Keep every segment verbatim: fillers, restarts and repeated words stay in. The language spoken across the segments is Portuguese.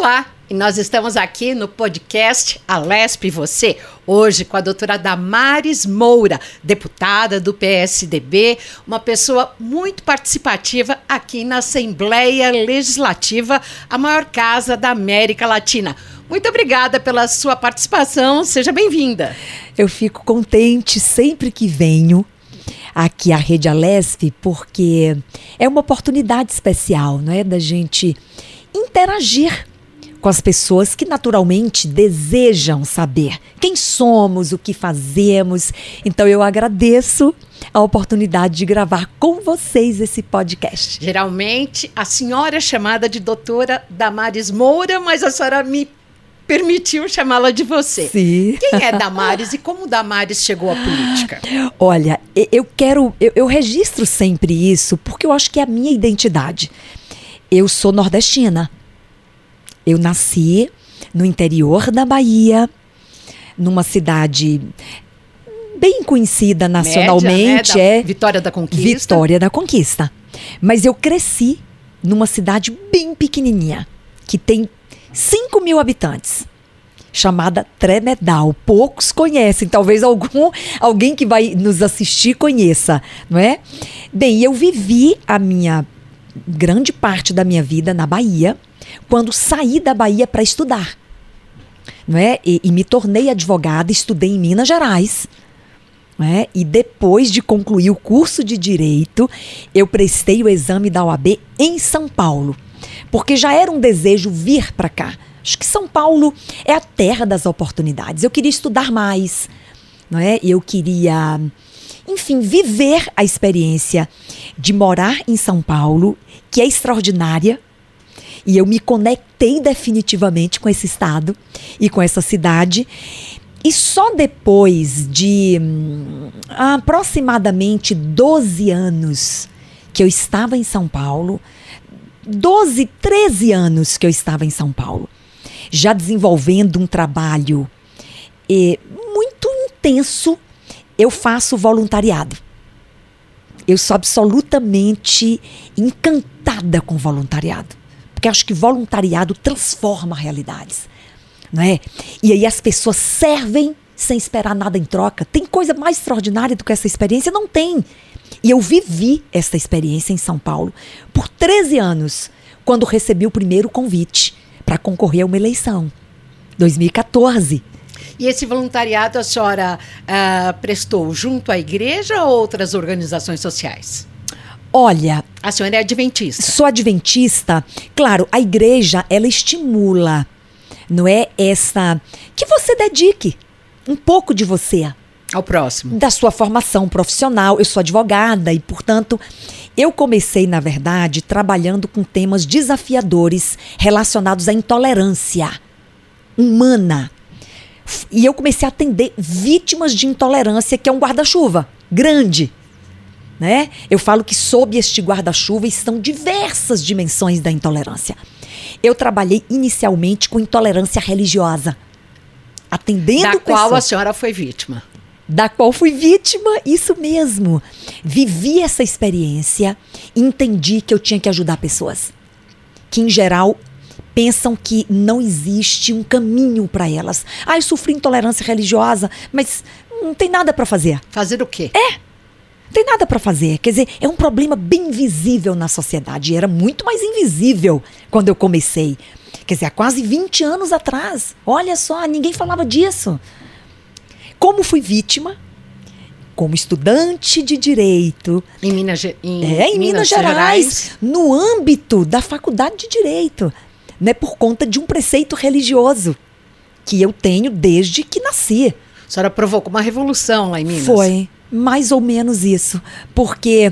Olá, e nós estamos aqui no podcast Alesp e Você, hoje com a doutora Damares Moura, deputada do P S D B, uma pessoa muito participativa aqui na Assembleia Legislativa, a maior casa da América Latina. Muito obrigada pela sua participação, seja bem-vinda. Eu fico contente sempre que venho aqui à Rede Alesp, porque é uma oportunidade especial, não é, da gente interagir com as pessoas que naturalmente desejam saber quem somos, o que fazemos. Então eu agradeço a oportunidade de gravar com vocês esse podcast. Geralmente a senhora é chamada de doutora Damares Moura, mas a senhora me permitiu chamá-la de você. Sim. Quem é Damares e como Damares chegou à política? Olha, eu quero, eu, eu registro sempre isso porque eu acho que é a minha identidade. Eu sou nordestina. Eu nasci no interior da Bahia, numa cidade bem conhecida nacionalmente. Média, né? Da é Vitória da Conquista. Vitória da Conquista. Mas eu cresci numa cidade bem pequenininha, que tem cinco mil habitantes, chamada Tremedal. Poucos conhecem, talvez algum, alguém que vai nos assistir conheça, não é? Bem, eu vivi a minha grande parte da minha vida na Bahia, quando saí da Bahia para estudar, não é? E, e me tornei advogada, estudei em Minas Gerais, não é? E depois de concluir o curso de Direito, eu prestei o exame da O A B em São Paulo, porque já era um desejo vir para cá. Acho que São Paulo é a terra das oportunidades. Eu queria estudar mais, não é? Eu queria, enfim, viver a experiência de morar em São Paulo, que é extraordinária. E eu me conectei definitivamente com esse estado e com essa cidade. E só depois de hum, aproximadamente doze anos que eu estava em São Paulo, doze, treze anos que eu estava em São Paulo, já desenvolvendo um trabalho eh, muito intenso, eu faço voluntariado. Eu sou absolutamente encantada com voluntariado. Porque acho que voluntariado transforma realidades, não é? E aí as pessoas servem sem esperar nada em troca. Tem coisa mais extraordinária do que essa experiência? Não tem. E eu vivi essa experiência em São Paulo por treze anos, quando recebi o primeiro convite para concorrer a uma eleição, dois mil e quatorze. E esse voluntariado a senhora uh, prestou junto à igreja ou outras organizações sociais? Olha, a senhora é adventista. Sou adventista. Claro, a igreja, ela estimula, não é, essa, que você dedique um pouco de você ao próximo, da sua formação profissional. Eu sou advogada e, portanto, eu comecei, na verdade, trabalhando com temas desafiadores relacionados à intolerância humana. E eu comecei a atender vítimas de intolerância, que é um guarda-chuva grande. Né? Eu falo que sob este guarda-chuva estão diversas dimensões da intolerância. Eu trabalhei inicialmente com intolerância religiosa, atendendo da qual pessoas, a senhora foi vítima. Da qual fui vítima, isso mesmo. Vivi essa experiência e entendi que eu tinha que ajudar pessoas que, em geral, pensam que não existe um caminho para elas. Ah, eu sofri intolerância religiosa, mas não tem nada para fazer. Fazer o quê? É. Não tem nada para fazer. Quer dizer, é um problema bem visível na sociedade. E era muito mais invisível quando eu comecei. Quer dizer, há quase vinte anos atrás. Olha só, ninguém falava disso. Como fui vítima, como estudante de Direito. Em Minas, em é, em Minas, Minas Gerais, Gerais, no âmbito da Faculdade de Direito. Né, por conta de um preceito religioso que eu tenho desde que nasci. A senhora provocou uma revolução lá em Minas. Foi. Mais ou menos isso, porque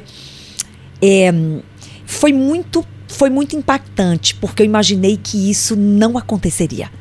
é, foi, muito, foi muito impactante, porque eu imaginei que isso não aconteceria.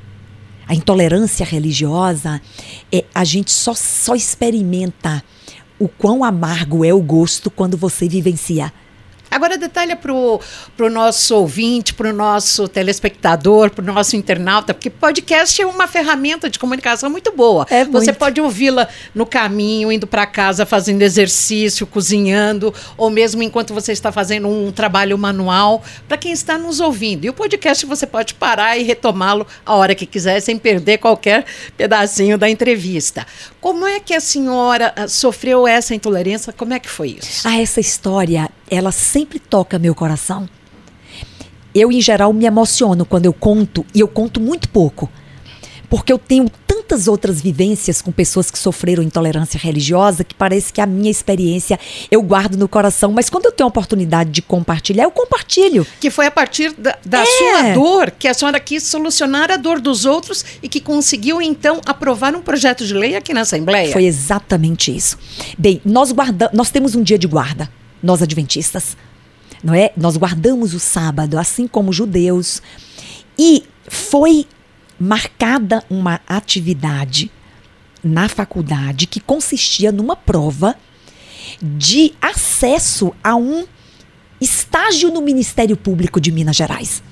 A intolerância religiosa, é, a gente só, só experimenta o quão amargo é o gosto quando você vivencia. Agora detalha para o nosso ouvinte, para o nosso telespectador, para o nosso internauta, porque podcast é uma ferramenta de comunicação muito boa. É Você muito. pode ouvi-la no caminho, indo para casa, fazendo exercício, cozinhando, ou mesmo enquanto você está fazendo um trabalho manual, para quem está nos ouvindo. E o podcast você pode parar e retomá-lo a hora que quiser, sem perder qualquer pedacinho da entrevista. Como é que a senhora uh, sofreu essa intolerância? Como é que foi isso? Ah, essa história, ela sempre toca meu coração. Eu, em geral, me emociono quando eu conto, e eu conto muito pouco. Porque eu tenho tantas outras vivências com pessoas que sofreram intolerância religiosa que parece que a minha experiência eu guardo no coração. Mas quando eu tenho a oportunidade de compartilhar, eu compartilho. Que foi a partir da, da É. sua dor que a senhora quis solucionar a dor dos outros e que conseguiu, então, aprovar um projeto de lei aqui na Assembleia. Foi exatamente isso. Bem, nós, guarda, nós temos um dia de guarda, nós adventistas. Não é? Nós guardamos o sábado, assim como os judeus. E foi marcada uma atividade na faculdade que consistia numa prova de acesso a um estágio no Ministério Público de Minas Gerais.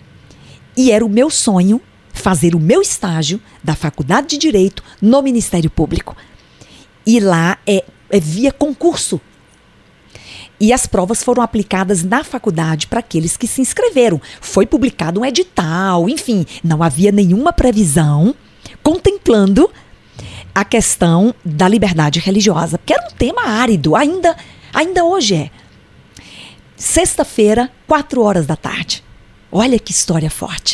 E era o meu sonho fazer o meu estágio da Faculdade de Direito no Ministério Público. E lá é, é via concurso. E as provas foram aplicadas na faculdade para aqueles que se inscreveram. Foi publicado um edital, enfim, não havia nenhuma previsão contemplando a questão da liberdade religiosa, porque era um tema árido, ainda, ainda hoje é. Sexta-feira, quatro horas da tarde. Olha que história forte.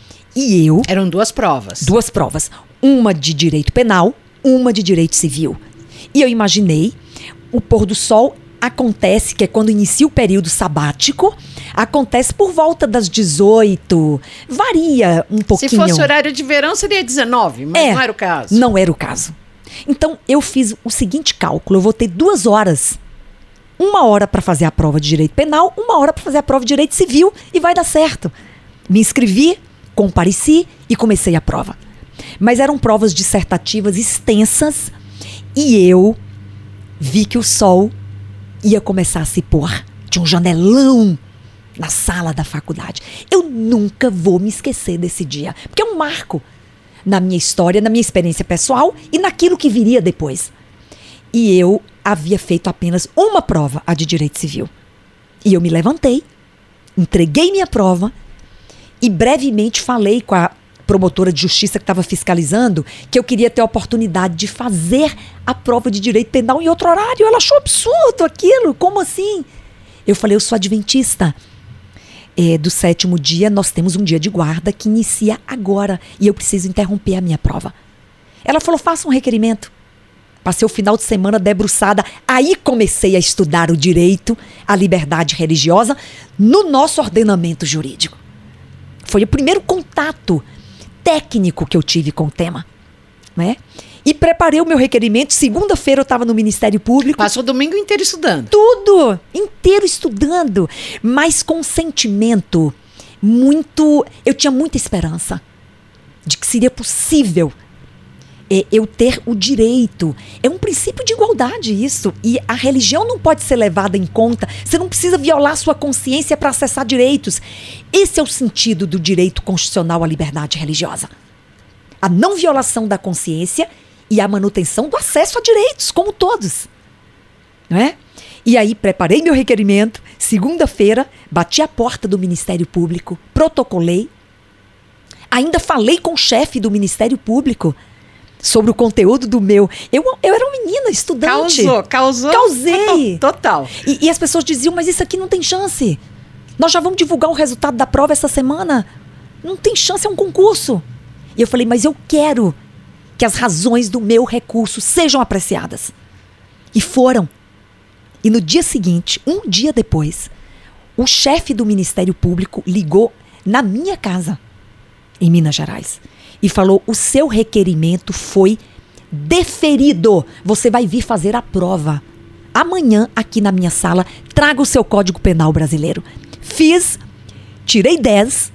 E eu... Eram duas provas. Duas provas. Uma de direito penal, uma de direito civil. E eu imaginei o pôr do sol... Acontece que é quando inicia o período sabático, acontece por volta das dezoito, varia um pouquinho. Se fosse horário de verão, seria dezenove, mas É, não era o caso. Não era o caso. Então, eu fiz o seguinte cálculo, eu vou ter duas horas. Uma hora para fazer a prova de direito penal, uma hora para fazer a prova de direito civil e vai dar certo. Me inscrevi, compareci e comecei a prova. Mas eram provas dissertativas extensas e eu vi que o sol ia começar a se pôr. Tinha um janelão na sala da faculdade. Eu nunca vou me esquecer desse dia, porque é um marco na minha história, na minha experiência pessoal e naquilo que viria depois. E eu havia feito apenas uma prova, a de direito civil. E eu me levantei, entreguei minha prova e brevemente falei com a promotora de justiça que estava fiscalizando, que eu queria ter a oportunidade de fazer a prova de direito penal em outro horário. Ela achou absurdo aquilo, como assim? Eu falei, eu sou adventista. É, do sétimo dia, nós temos um dia de guarda que inicia agora e eu preciso interromper a minha prova. Ela falou, faça um requerimento. Passei o final de semana debruçada. Aí comecei a estudar o direito à liberdade religiosa no nosso ordenamento jurídico. Foi o primeiro contato técnico que eu tive com o tema, né? E preparei o meu requerimento. Segunda-feira eu estava no Ministério Público. Passou o domingo inteiro estudando. Tudo, inteiro estudando, mas com um sentimento muito... Eu tinha muita esperança de que seria possível é, eu ter o direito. É um princípio de igualdade isso. E a religião não pode ser levada em conta. Você não precisa violar sua consciência para acessar direitos. Esse é o sentido do direito constitucional à liberdade religiosa. A não violação da consciência e a manutenção do acesso a direitos, como todos. Não é? E aí preparei meu requerimento. Segunda-feira, bati a porta do Ministério Público, protocolei. Ainda falei com o chefe do Ministério Público sobre o conteúdo do meu... Eu, eu era uma menina, estudante. Causou, causou. Causei. Total. E, e as pessoas diziam, mas isso aqui não tem chance. Nós já vamos divulgar o resultado da prova essa semana. Não tem chance, é um concurso. E eu falei, mas eu quero que as razões do meu recurso sejam apreciadas. E foram. E no dia seguinte, um dia depois, o chefe do Ministério Público ligou na minha casa, em Minas Gerais, e falou, o seu requerimento foi deferido. Você vai vir fazer a prova. Amanhã, aqui na minha sala, traga o seu Código Penal brasileiro. Fiz, tirei dez,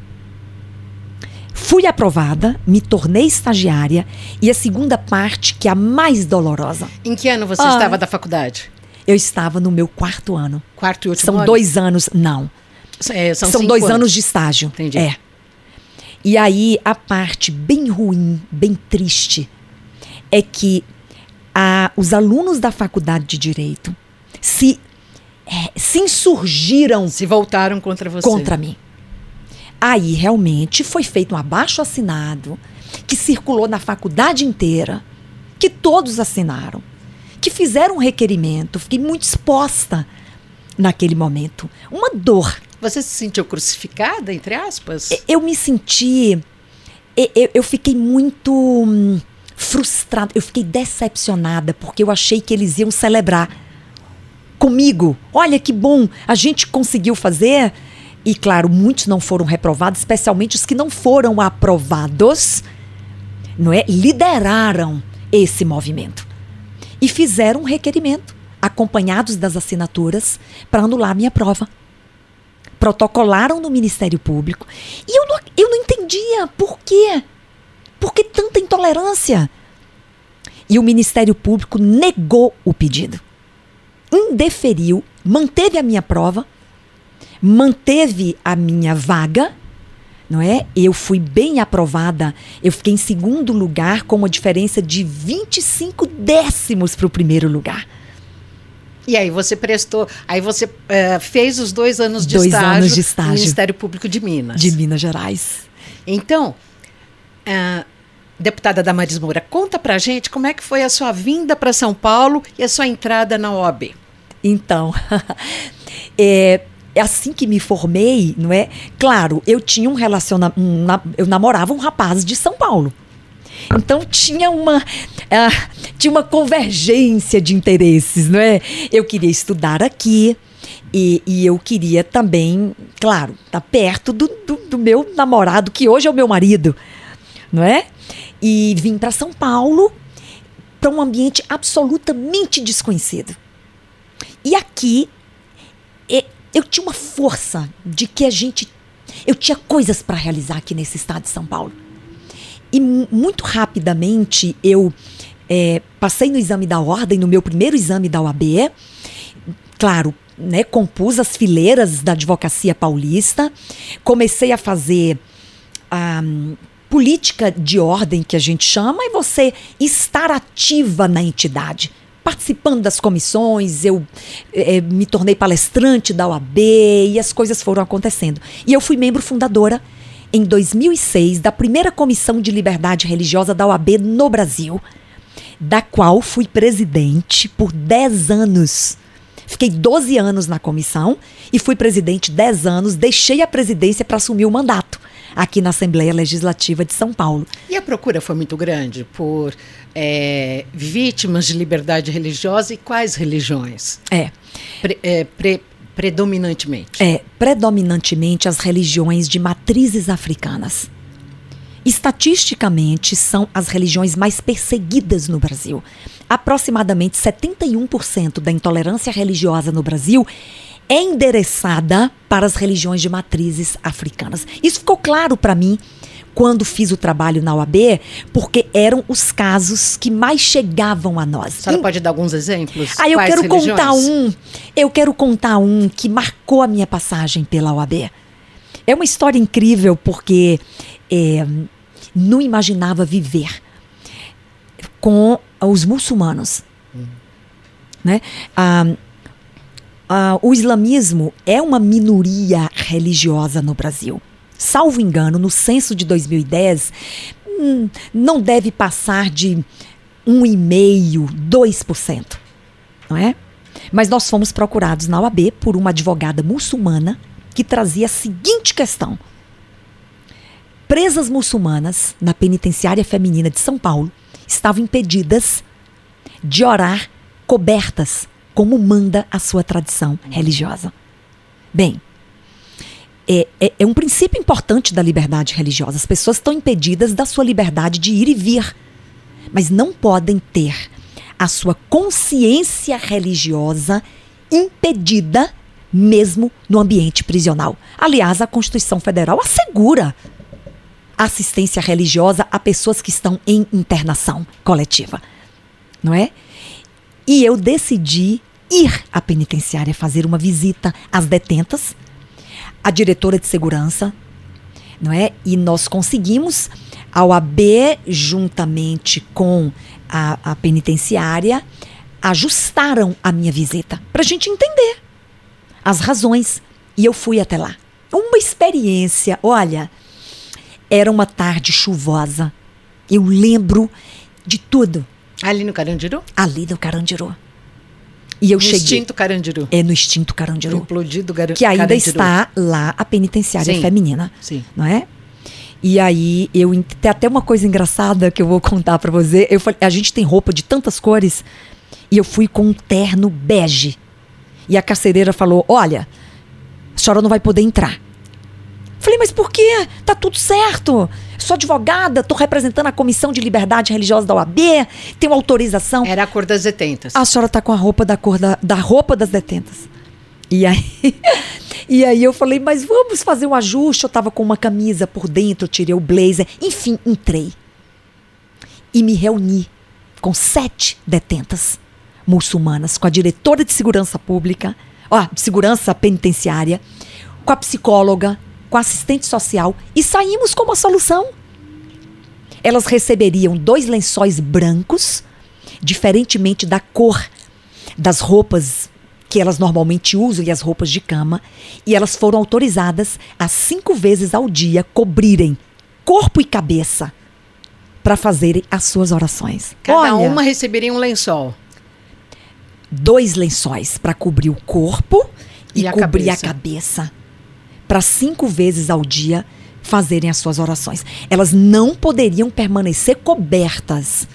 fui aprovada, me tornei estagiária, e a segunda parte, que é a mais dolorosa. Em que ano você Ah. estava da faculdade? Eu estava no meu quarto ano. Quarto e último São ano? dois anos, não. É, são São dois anos. anos de estágio. Entendi. É. E aí, a parte bem ruim, bem triste, é que a, os alunos da faculdade de Direito se, é, se insurgiram Se voltaram contra você. contra mim. Aí, realmente, foi feito um abaixo-assinado que circulou na faculdade inteira, que todos assinaram, que fizeram um requerimento. Fiquei muito exposta naquele momento. Uma dor. Você se sentiu crucificada, entre aspas? Eu me senti... Eu, eu fiquei muito hum, frustrada, eu fiquei decepcionada, porque eu achei que eles iam celebrar comigo. Olha que bom, a gente conseguiu fazer. E claro, muitos não foram reprovados, especialmente os que não foram aprovados, não é? Lideraram esse movimento. E fizeram um requerimento, acompanhados das assinaturas, para anular a minha prova. Protocolaram no Ministério Público. E eu não, eu não entendia por quê. Por que tanta intolerância? E o Ministério Público negou o pedido. Indeferiu, manteve a minha prova, manteve a minha vaga, não é? Eu fui bem aprovada. Eu fiquei em segundo lugar com uma diferença de vinte e cinco décimos para o primeiro lugar. E aí você prestou, aí você uh, fez os dois anos de dois estágio anos de estágio no Ministério Público de Minas. De Minas Gerais. Então, uh, deputada Damaris Moura, conta pra gente como é que foi a sua vinda para São Paulo e a sua entrada na O A B. Então, é, assim que me formei, não é? Claro, eu tinha um relacionamento, um, eu namorava um rapaz de São Paulo. Então tinha uma, uh, tinha uma convergência de interesses, não é? Eu queria estudar aqui e, e eu queria também, claro, estar perto do, do, do meu namorado, que hoje é o meu marido, não é? E vim para São Paulo, para um ambiente absolutamente desconhecido. E aqui eu tinha uma força de que a gente, eu tinha coisas para realizar aqui nesse estado de São Paulo. E muito rapidamente eu é, passei no exame da ordem, no meu primeiro exame da O A B. Claro, né, compus as fileiras da advocacia paulista. Comecei a fazer a um, política de ordem, que a gente chama, e você estar ativa na entidade. Participando das comissões, eu é, me tornei palestrante da O A B e as coisas foram acontecendo. E eu fui membro fundadora em dois mil e seis, da primeira Comissão de Liberdade Religiosa da O A B no Brasil, da qual fui presidente por dez anos. Fiquei doze anos na comissão e fui presidente dez anos, deixei a presidência para assumir o mandato aqui na Assembleia Legislativa de São Paulo. E a procura foi muito grande por é, vítimas de liberdade religiosa e quais religiões? É. Pre, é, pre, Predominantemente. É, predominantemente as religiões de matrizes africanas. Estatisticamente, são as religiões mais perseguidas no Brasil. Aproximadamente setenta e um por cento da intolerância religiosa no Brasil é endereçada para as religiões de matrizes africanas. Isso ficou claro para mim quando fiz o trabalho na O A B, porque eram os casos que mais chegavam a nós. A senhora pode dar alguns exemplos? Ah, eu Quais quero religiões? contar um. Eu quero contar um que marcou a minha passagem pela O A B. É uma história incrível porque é, não imaginava viver com os muçulmanos. Hum. Né? Ah, ah, o islamismo é uma minoria religiosa no Brasil. Salvo engano, no censo de dois mil e dez, hum, não deve passar de um vírgula cinco por cento, dois por cento, não é? Mas nós fomos procurados na O A B por uma advogada muçulmana que trazia a seguinte questão. Presas muçulmanas na penitenciária feminina de São Paulo estavam impedidas de orar cobertas, como manda a sua tradição religiosa. Bem, É, é, é um princípio importante da liberdade religiosa. As pessoas estão impedidas da sua liberdade de ir e vir, mas não podem ter a sua consciência religiosa impedida mesmo no ambiente prisional. Aliás, a Constituição Federal assegura assistência religiosa a pessoas que estão em internação coletiva, não é? E eu decidi ir à penitenciária fazer uma visita às detentas, à diretora de segurança, não é? E nós conseguimos, a O A B, juntamente com a, a penitenciária, ajustaram a minha visita para a gente entender as razões. E eu fui até lá. Uma experiência, olha, era uma tarde chuvosa. Eu lembro de tudo. Ali no Carandiru? Ali no Carandiru. E eu no cheguei. extinto Carandiru. É no extinto Carandiru. Implodido Carandiru. Que ainda está lá a penitenciária Sim. feminina. Sim. Não é? E aí, eu tem até uma coisa engraçada que eu vou contar pra você. Eu falei, a gente tem roupa de tantas cores. E eu fui com um terno bege. E a carcereira falou, olha, a senhora não vai poder entrar. Falei, mas por quê? Tá tudo certo. Sou advogada, tô representando a Comissão de Liberdade Religiosa da O A B, tenho autorização. Era a cor das detentas. A senhora tá com a roupa da cor da, da roupa das detentas. E aí, e aí eu falei, mas vamos fazer um ajuste. Eu tava com uma camisa por dentro, eu tirei o blazer. Enfim, entrei. E me reuni com sete detentas muçulmanas, com a diretora de segurança pública, ó, de segurança penitenciária, com a psicóloga, com a assistente social, e saímos com uma solução. Elas receberiam dois lençóis brancos, diferentemente da cor das roupas que elas normalmente usam e as roupas de cama, e elas foram autorizadas a cinco vezes ao dia cobrirem corpo e cabeça para fazerem as suas orações. Cada Olha, uma receberia um lençol. Dois lençóis para cobrir o corpo e, E a cobrir cabeça. a cabeça. Para cinco vezes ao dia fazerem as suas orações. Elas não poderiam permanecer cobertas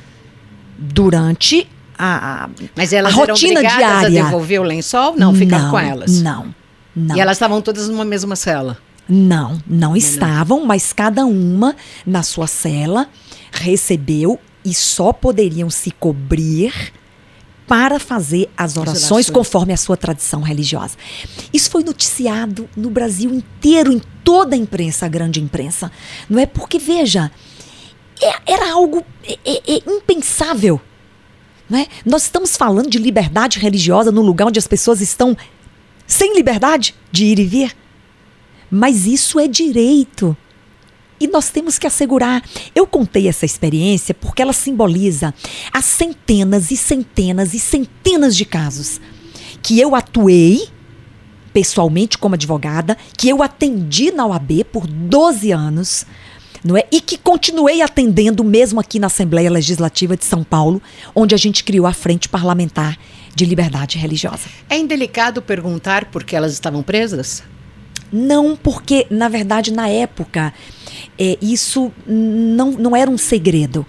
durante a, a, Mas elas a eram rotina obrigadas diária. a devolver o lençol? Não, ficar com elas. Não, não. E elas estavam todas numa mesma cela? Não, não estavam, mas cada uma na sua cela recebeu e só poderiam se cobrir para fazer as orações, As orações. conforme a sua tradição religiosa. Isso foi noticiado no Brasil inteiro, em toda a imprensa, a grande imprensa. Não é porque, veja, é- era algo é- é- é impensável. Não é? Nós estamos falando de liberdade religiosa num lugar onde as pessoas estão sem liberdade de ir e vir. Mas isso é direito. E nós temos que assegurar. Eu contei essa experiência porque ela simboliza as centenas e centenas e centenas de casos que eu atuei pessoalmente como advogada, que eu atendi na O A B por doze anos, não é? E que continuei atendendo mesmo aqui na Assembleia Legislativa de São Paulo, onde a gente criou a Frente Parlamentar de Liberdade Religiosa. É indelicado perguntar por que elas estavam presas? Não, porque, na verdade, na época, é, isso não, não era um segredo.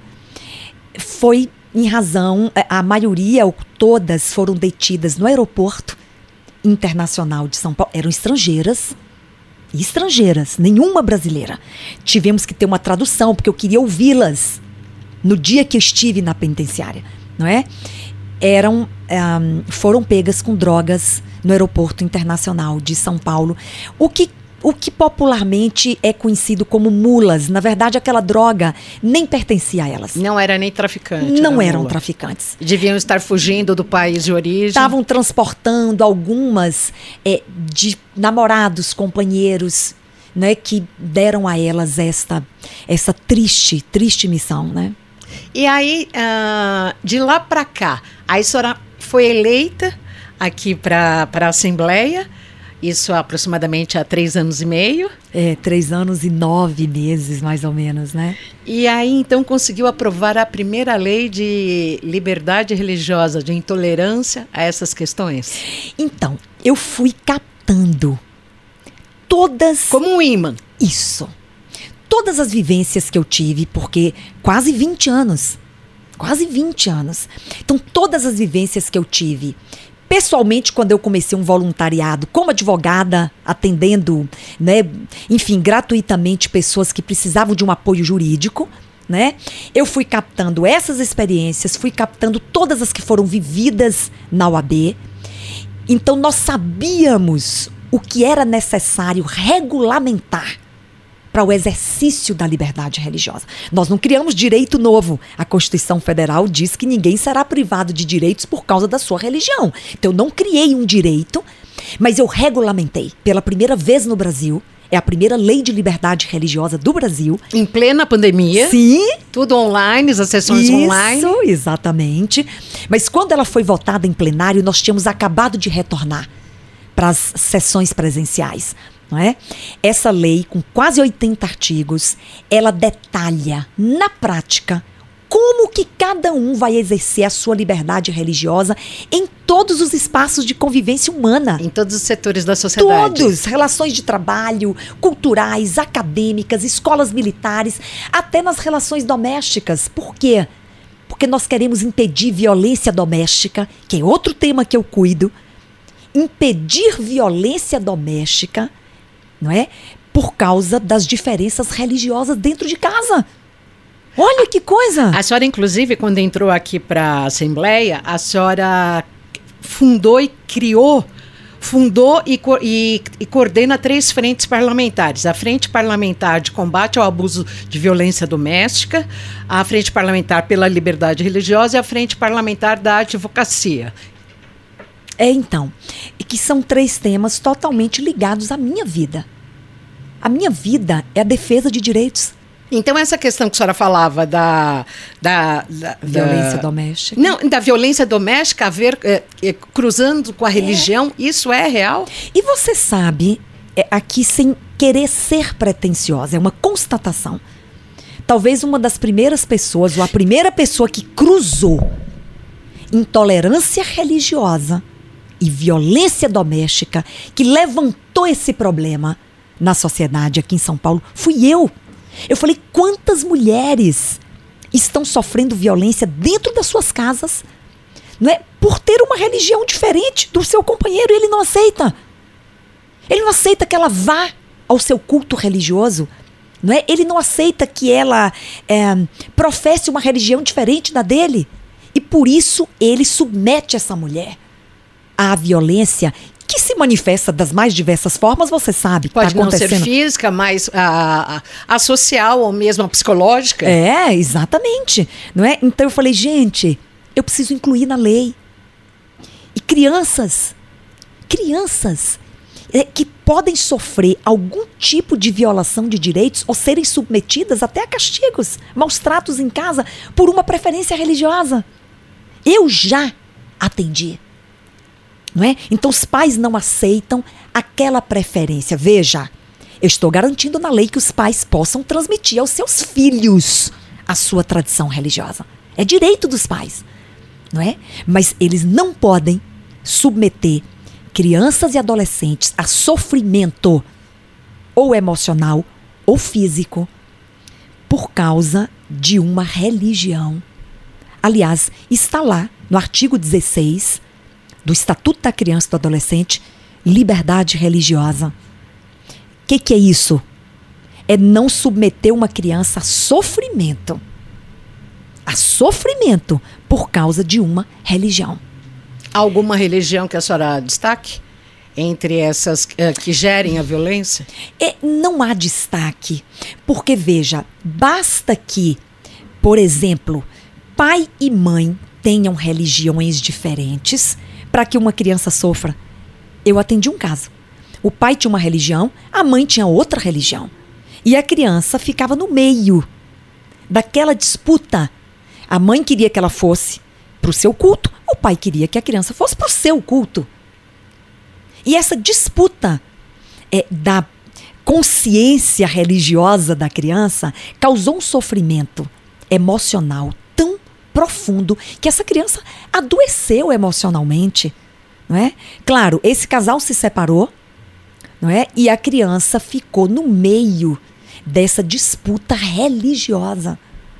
Foi em razão, a maioria, ou todas, foram detidas no aeroporto internacional de São Paulo. Eram estrangeiras, estrangeiras, nenhuma brasileira. Tivemos que ter uma tradução, porque eu queria ouvi-las no dia que eu estive na penitenciária, não é? Eram, um, foram pegas com drogas no aeroporto internacional de São Paulo, o que, o que popularmente é conhecido como mulas. Na verdade, aquela droga nem pertencia a elas. Não era nem traficante. Não era eram mula. traficantes. Deviam estar fugindo do país de origem. Estavam transportando algumas é, de namorados, companheiros, né, que deram a elas esta, essa triste, triste missão, né? E aí, ah, de lá para cá, a senhora foi eleita aqui para a Assembleia, isso aproximadamente há três anos e meio. É, três anos e nove meses, mais ou menos, né? E aí, então, conseguiu aprovar a primeira lei de liberdade religiosa, de intolerância a essas questões. Então, eu fui captando todas... Como um imã. Isso. Todas as vivências que eu tive, porque quase vinte anos, quase vinte anos. Então, todas as vivências que eu tive, pessoalmente, quando eu comecei um voluntariado como advogada, atendendo, né, enfim, gratuitamente pessoas que precisavam de um apoio jurídico, né? Eu fui captando essas experiências, fui captando todas as que foram vividas na O A B. Então, nós sabíamos o que era necessário regulamentar para para o exercício da liberdade religiosa. Nós não criamos direito novo. A Constituição Federal diz que ninguém será privado de direitos por causa da sua religião. Então, eu não criei um direito, mas eu regulamentei. Pela primeira vez no Brasil, é a primeira lei de liberdade religiosa do Brasil. Em plena pandemia. Sim. Tudo online, as sessões Isso, online. Isso, exatamente. Mas quando ela foi votada em plenário, nós tínhamos acabado de retornar para as sessões presenciais. Não é? Essa lei, com quase oitenta artigos, ela detalha, na prática, como que cada um vai exercer a sua liberdade religiosa em todos os espaços de convivência humana. Em todos os setores da sociedade. Todos, relações de trabalho, culturais, acadêmicas, escolas militares, até nas relações domésticas. Por quê? Porque nós queremos impedir violência doméstica, que é outro tema que eu cuido, impedir violência doméstica, não é? Por causa das diferenças religiosas dentro de casa. Olha que coisa! A senhora, inclusive, quando entrou aqui para a Assembleia, a senhora fundou e criou, fundou e, e, e coordena três frentes parlamentares. A Frente Parlamentar de Combate ao Abuso de Violência Doméstica, a Frente Parlamentar pela Liberdade Religiosa e a Frente Parlamentar da Advocacia. É, então, que são três temas totalmente ligados à minha vida. A minha vida é a defesa de direitos. Então, essa questão que a senhora falava da... da, da violência da, doméstica. Não, da violência doméstica, a ver, é, é, cruzando com a religião, é. Isso é real? E você sabe, é, aqui sem querer ser pretensiosa, é uma constatação. Talvez uma das primeiras pessoas, ou a primeira pessoa que cruzou intolerância religiosa e violência doméstica, que levantou esse problema na sociedade aqui em São Paulo, fui eu. Eu falei, quantas mulheres estão sofrendo violência dentro das suas casas, não é? Por ter uma religião diferente do seu companheiro, e ele não aceita. Ele não aceita que ela vá ao seu culto religioso, não é? Ele não aceita que ela é, professe uma religião diferente da dele. E por isso ele submete essa mulher à violência, que se manifesta das mais diversas formas, você sabe. Pode tá não ser física, mas a, a, a social ou mesmo a psicológica. É, exatamente. Não é? Então eu falei, gente, eu preciso incluir na lei. E crianças, crianças é, que podem sofrer algum tipo de violação de direitos ou serem submetidas até a castigos, maus tratos em casa, por uma preferência religiosa. Eu já atendi. Não é? Então os pais não aceitam aquela preferência. Veja, eu estou garantindo na lei que os pais possam transmitir aos seus filhos a sua tradição religiosa. É direito dos pais, não é? Mas eles não podem submeter crianças e adolescentes a sofrimento ou emocional ou físico por causa de uma religião. Aliás, está lá no artigo dezesseis do Estatuto da Criança e do Adolescente, liberdade religiosa. O que, que é isso? É não submeter uma criança a sofrimento. A sofrimento por causa de uma religião. Alguma religião que a senhora destaque? Entre essas uh, que gerem a violência? É, não há destaque. Porque, veja, basta que, por exemplo, pai e mãe tenham religiões diferentes para que uma criança sofra. Eu atendi um caso. O pai tinha uma religião, a mãe tinha outra religião. E a criança ficava no meio daquela disputa. A mãe queria que ela fosse para o seu culto, o pai queria que a criança fosse para o seu culto. E essa disputa é, da consciência religiosa da criança causou um sofrimento emocional tão profundo que essa criança adoeceu emocionalmente, não é? Claro, esse casal se separou, não é? E a criança ficou no meio dessa disputa religiosa.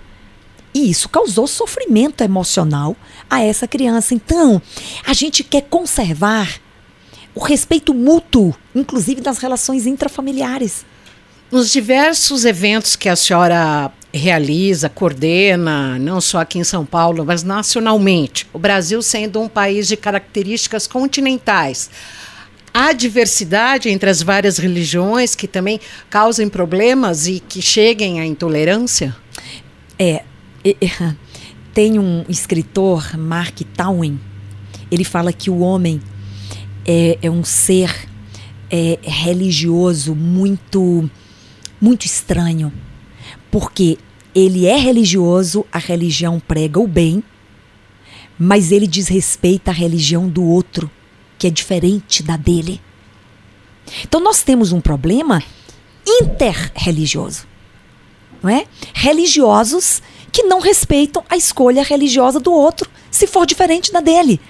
E isso causou sofrimento emocional a essa criança. Então, a gente quer conservar o respeito mútuo, inclusive das relações intrafamiliares. Nos diversos eventos que a senhora realiza, coordena, não só aqui em São Paulo, mas nacionalmente, o Brasil sendo um país de características continentais, há diversidade entre as várias religiões que também causem problemas e que cheguem à intolerância? É, é, é tem um escritor, Mark Twain, ele fala que o homem é, é um ser é, religioso muito, muito estranho, porque ele é religioso, a religião prega o bem, mas ele desrespeita a religião do outro, que é diferente da dele. Então nós temos um problema interreligioso, não é? Religiosos que não respeitam a escolha religiosa do outro, se for diferente da dele.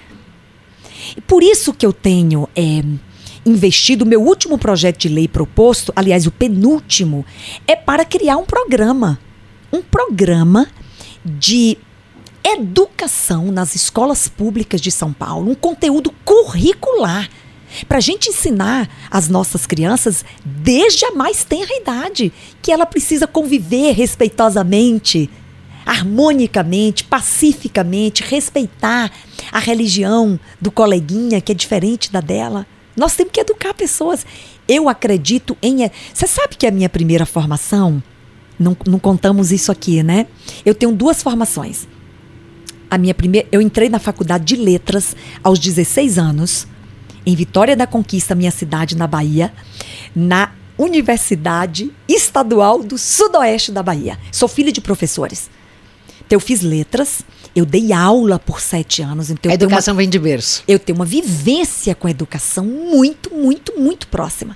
E por isso que eu tenho é, investido, o meu último projeto de lei proposto, aliás, o penúltimo, é para criar um programa. Um programa de educação nas escolas públicas de São Paulo, um conteúdo curricular, para a gente ensinar as nossas crianças, desde a mais tenra idade, que ela precisa conviver respeitosamente, harmonicamente, pacificamente, respeitar a religião do coleguinha que é diferente da dela. Nós temos que educar pessoas. Eu acredito em... Você sabe que a minha primeira formação, não, não contamos isso aqui, né? Eu tenho duas formações. A minha primeira, eu entrei na faculdade de letras aos dezesseis anos, em Vitória da Conquista, minha cidade, na Bahia, na Universidade Estadual do Sudoeste da Bahia. Sou filha de professores. Então, eu fiz letras, eu dei aula por sete anos. Então a eu educação uma, vem de berço. Eu tenho uma vivência com a educação muito, muito, muito próxima.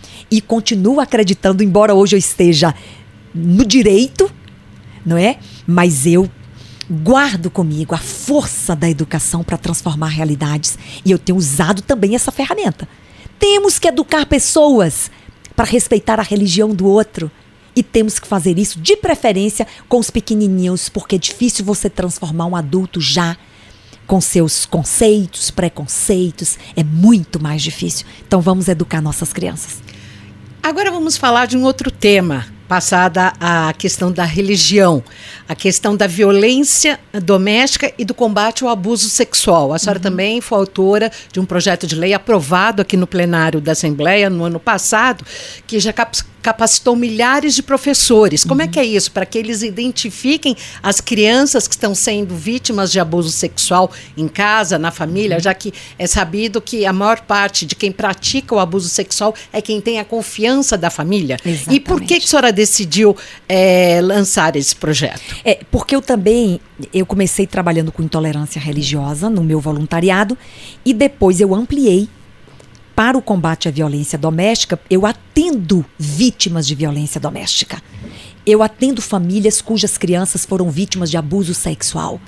E continuo acreditando, embora hoje eu esteja no direito, não é? Mas eu guardo comigo a força da educação para transformar realidades. E eu tenho usado também essa ferramenta. Temos que educar pessoas para respeitar a religião do outro. E temos que fazer isso, de preferência, com os pequenininhos, porque é difícil você transformar um adulto já com seus conceitos, preconceitos. É muito mais difícil. Então, vamos educar nossas crianças. Agora vamos falar de um outro tema, passada a questão da religião, a questão da violência doméstica e do combate ao abuso sexual. A senhora uhum. também foi autora de um projeto de lei aprovado aqui no plenário da Assembleia no ano passado, que já cap- capacitou milhares de professores. Como uhum. é que é isso? Para que eles identifiquem as crianças que estão sendo vítimas de abuso sexual em casa, na família, uhum. já que é sabido que a maior parte de quem pratica o abuso sexual é quem tem a confiança da família. Exatamente. E por que, que a senhora decidiu é, lançar esse projeto? É, porque eu também, eu comecei trabalhando com intolerância religiosa no meu voluntariado e depois eu ampliei para o combate à violência doméstica. Eu atendo vítimas de violência doméstica. Eu atendo famílias cujas crianças foram vítimas de abuso sexual,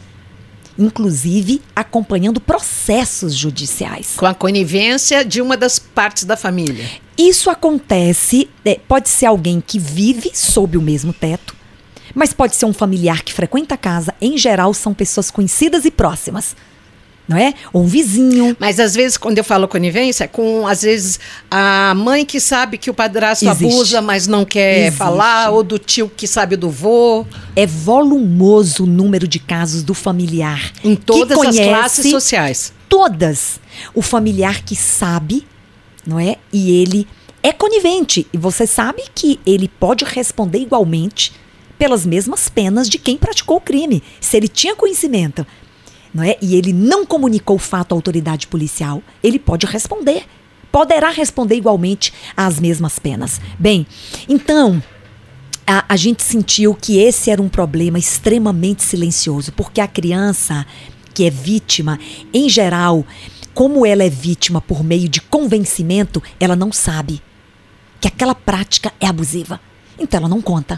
inclusive acompanhando processos judiciais. Com a conivência de uma das partes da família. Isso acontece, é, pode ser alguém que vive sob o mesmo teto, mas pode ser um familiar que frequenta a casa. Em geral, são pessoas conhecidas e próximas, não é? Ou um vizinho. Mas às vezes, quando eu falo conivência, é com, às vezes, a mãe que sabe que o padrasto Existe. abusa, mas não quer Existe. falar, ou do tio que sabe do vô. É volumoso o número de casos do familiar. Em todas que as conhece, classes sociais. Todas. O familiar que sabe, não é? E ele é conivente. E você sabe que ele pode responder igualmente pelas mesmas penas de quem praticou o crime. Se ele tinha conhecimento, não é? E ele não comunicou o fato à autoridade policial, ele pode responder. Poderá responder igualmente às mesmas penas. Bem, então, a, a gente sentiu que esse era um problema extremamente silencioso, porque a criança que é vítima, em geral, como ela é vítima por meio de convencimento, ela não sabe que aquela prática é abusiva. Então, ela não conta.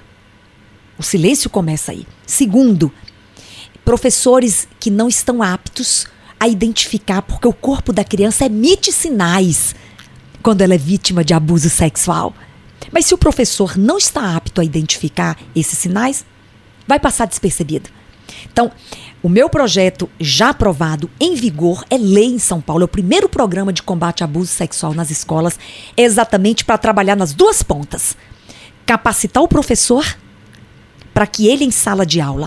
O silêncio começa aí. Segundo, professores que não estão aptos a identificar, porque o corpo da criança emite sinais quando ela é vítima de abuso sexual. Mas se o professor não está apto a identificar esses sinais, vai passar despercebido. Então, o meu projeto já aprovado, em vigor, é lei em São Paulo. É o primeiro programa de combate ao abuso sexual nas escolas, exatamente para trabalhar nas duas pontas. Capacitar o professor para que ele, em sala de aula,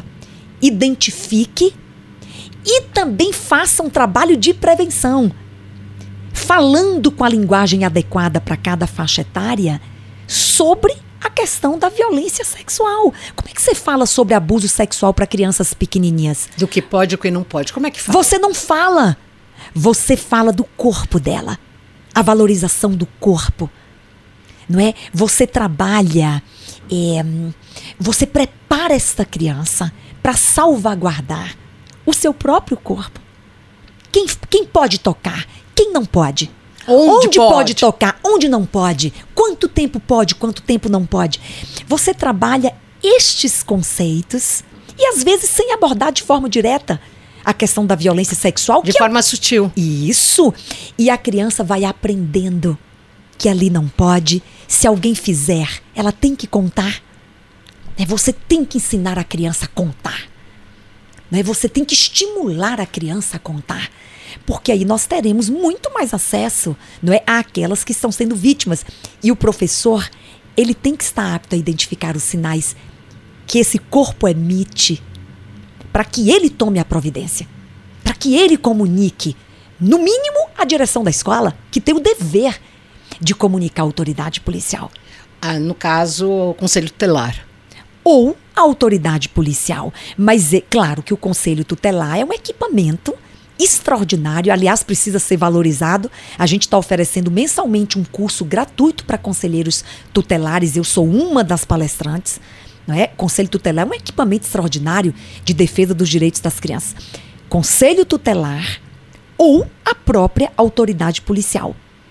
identifique e também faça um trabalho de prevenção. falando com a linguagem adequada para cada faixa etária sobre a questão da violência sexual. Como é que você fala sobre abuso sexual para crianças pequenininhas? Do que pode e o que não pode. Como é que fala? Você não fala. Você fala do corpo dela. A valorização do corpo. Não é? Você trabalha, é, você prepara esta criança para salvaguardar o seu próprio corpo. Quem, quem pode tocar? Quem não pode? Onde, Onde pode? pode tocar? Onde não pode? Quanto tempo pode? Quanto tempo não pode? Você trabalha estes conceitos e às vezes sem abordar de forma direta a questão da violência sexual. De que forma é... sutil. Isso. E a criança vai aprendendo que ali não pode. Se alguém fizer, ela tem que contar. É, você tem que ensinar a criança a contar. Né? Você tem que estimular a criança a contar. Porque aí nós teremos muito mais acesso, não é, àquelas que estão sendo vítimas. E o professor, ele tem que estar apto a identificar os sinais que esse corpo emite para que ele tome a providência. Para que ele comunique, no mínimo, a direção da escola, que tem o dever de comunicar à autoridade policial. Ah, no caso, o conselho tutelar. Ou a autoridade policial. Mas é claro que o conselho tutelar é um equipamento extraordinário, aliás, precisa ser valorizado. A gente está oferecendo mensalmente um curso gratuito para conselheiros tutelares. Eu sou uma das palestrantes. Não é? Conselho tutelar é um equipamento extraordinário de defesa dos direitos das crianças. Conselho tutelar ou a própria autoridade policial.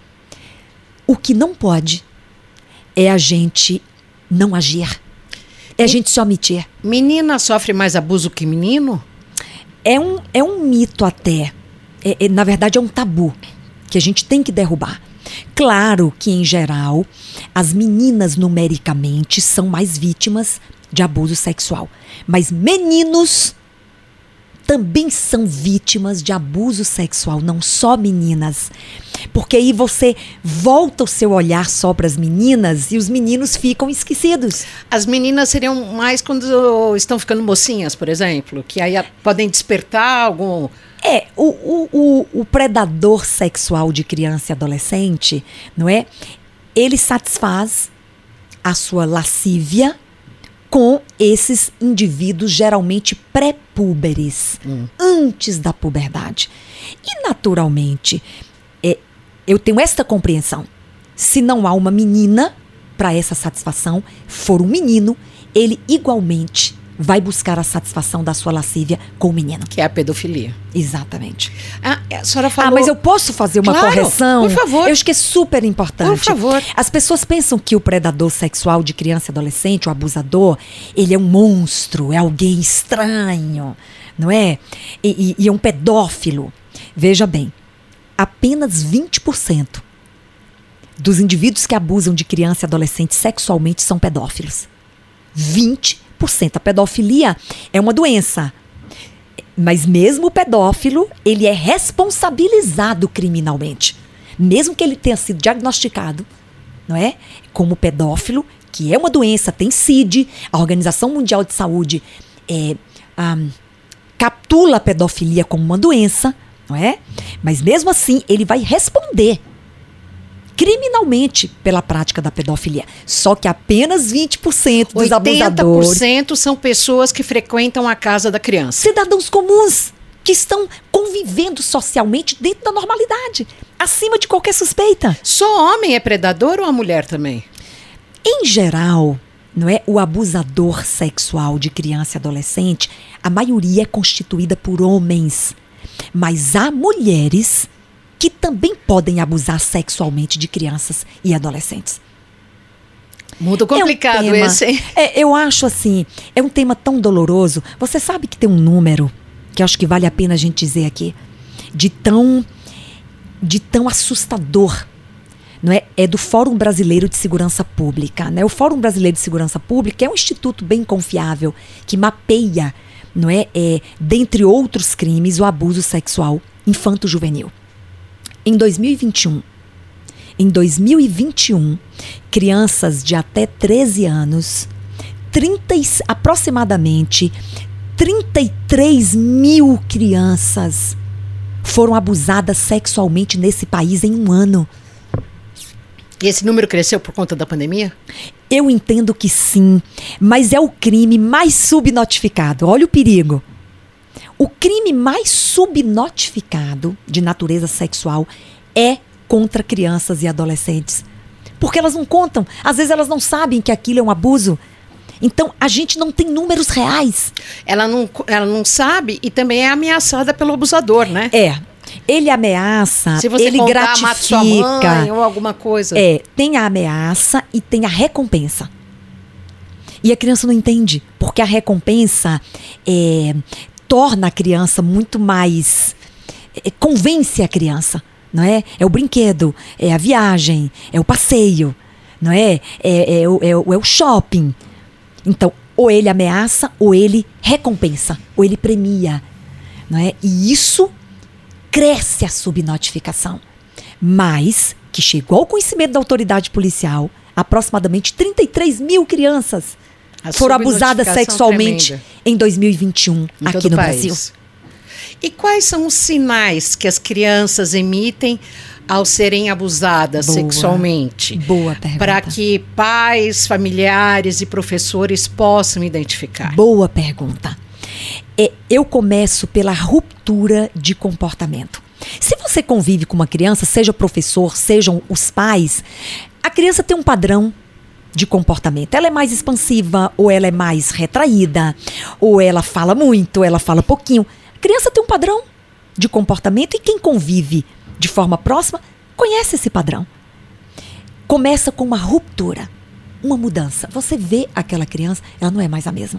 O que não pode é a gente não agir. É a gente se omitir. Menina sofre mais abuso que menino? É um, é um mito até. É, é, na verdade, é um tabu que a gente tem que derrubar. Claro que, em geral, as meninas numericamente são mais vítimas de abuso sexual. Mas meninos também são vítimas de abuso sexual, não só meninas. Porque aí você volta o seu olhar só para as meninas e os meninos ficam esquecidos. As meninas seriam mais quando estão ficando mocinhas, por exemplo, que aí a, podem despertar algum... É, o, o, o, o predador sexual de criança e adolescente, não é? Ele satisfaz a sua lascívia com esses indivíduos geralmente pré-púberes, hum. antes da puberdade. E, naturalmente, é, eu tenho esta compreensão. Se não há uma menina para essa satisfação, for um menino, ele igualmente vai buscar a satisfação da sua lascívia com o menino. Que é a pedofilia. Exatamente. Ah, a senhora falou... Ah, mas eu posso fazer uma claro, correção? Por favor. Eu acho que é super importante. Por favor. As pessoas pensam que o predador sexual de criança e adolescente, o abusador, ele é um monstro, é alguém estranho, não é? E, e, e é um pedófilo. Veja bem, apenas vinte por cento dos indivíduos que abusam de criança e adolescente sexualmente são pedófilos. vinte por cento. A pedofilia é uma doença. Mas mesmo o pedófilo, ele é responsabilizado criminalmente. Mesmo que ele tenha sido diagnosticado, não é? Como pedófilo, que é uma doença, tem C I D, a Organização Mundial de Saúde é, um, captula a pedofilia como uma doença, não é? Mas mesmo assim, ele vai responder criminalmente pela prática da pedofilia. Só que apenas vinte por cento dos abusadores... oitenta por cento são pessoas que frequentam a casa da criança. Cidadãos comuns que estão convivendo socialmente dentro da normalidade, acima de qualquer suspeita. Só homem é predador ou a mulher também? Em geral, não é, o abusador sexual de criança e adolescente, a maioria é constituída por homens. Mas há mulheres que também podem abusar sexualmente de crianças e adolescentes. Muito complicado é um tema, esse, hein? É, eu acho assim, é um tema tão doloroso. Você sabe que tem um número, que eu acho que vale a pena a gente dizer aqui, de tão, de tão assustador, não é? É do Fórum Brasileiro de Segurança Pública, né? O Fórum Brasileiro de Segurança Pública é um instituto bem confiável, que mapeia, não é, é, dentre outros crimes, o abuso sexual infanto-juvenil. Em dois mil e vinte e um, em dois mil e vinte e um, crianças de até treze anos, trinta, aproximadamente trinta e três mil crianças foram abusadas sexualmente nesse país em um ano. E esse número cresceu por conta da pandemia? Eu entendo que sim, mas é o crime mais subnotificado. Olha o perigo. O crime mais subnotificado de natureza sexual é contra crianças e adolescentes. Porque elas não contam. Às vezes elas não sabem que aquilo é um abuso. Então, a gente não tem números reais. Ela não, ela não sabe e também é ameaçada pelo abusador, né? É. Ele ameaça, Se você ele contar, gratifica. mata sua mãe ou alguma coisa. É, tem a ameaça e tem a recompensa. E a criança não entende, porque a recompensa é, torna a criança muito mais... É, convence a criança, não é? É o brinquedo, é a viagem, é o passeio, não é? É, é, o, é, o, é o shopping. Então, ou ele ameaça, ou ele recompensa, ou ele premia, não é? E isso... cresce a subnotificação, mas que chegou ao conhecimento da autoridade policial, aproximadamente trinta e três mil crianças A foram abusadas sexualmente tremenda. Em dois mil e vinte e um Em aqui todo no o país. Brasil. E quais são os sinais que as crianças emitem ao serem abusadas Boa. sexualmente? Boa pergunta. Para que pais, familiares e professores possam identificar. Boa pergunta. É, eu começo pela ruptura de comportamento. Se você convive com uma criança, seja o professor, sejam os pais, a criança tem um padrão de comportamento. Ela é mais expansiva, ou ela é mais retraída, ou ela fala muito, ou ela fala pouquinho. A criança tem um padrão de comportamento e quem convive de forma próxima conhece esse padrão. Começa com uma ruptura, uma mudança. Você vê aquela criança, ela não é mais a mesma.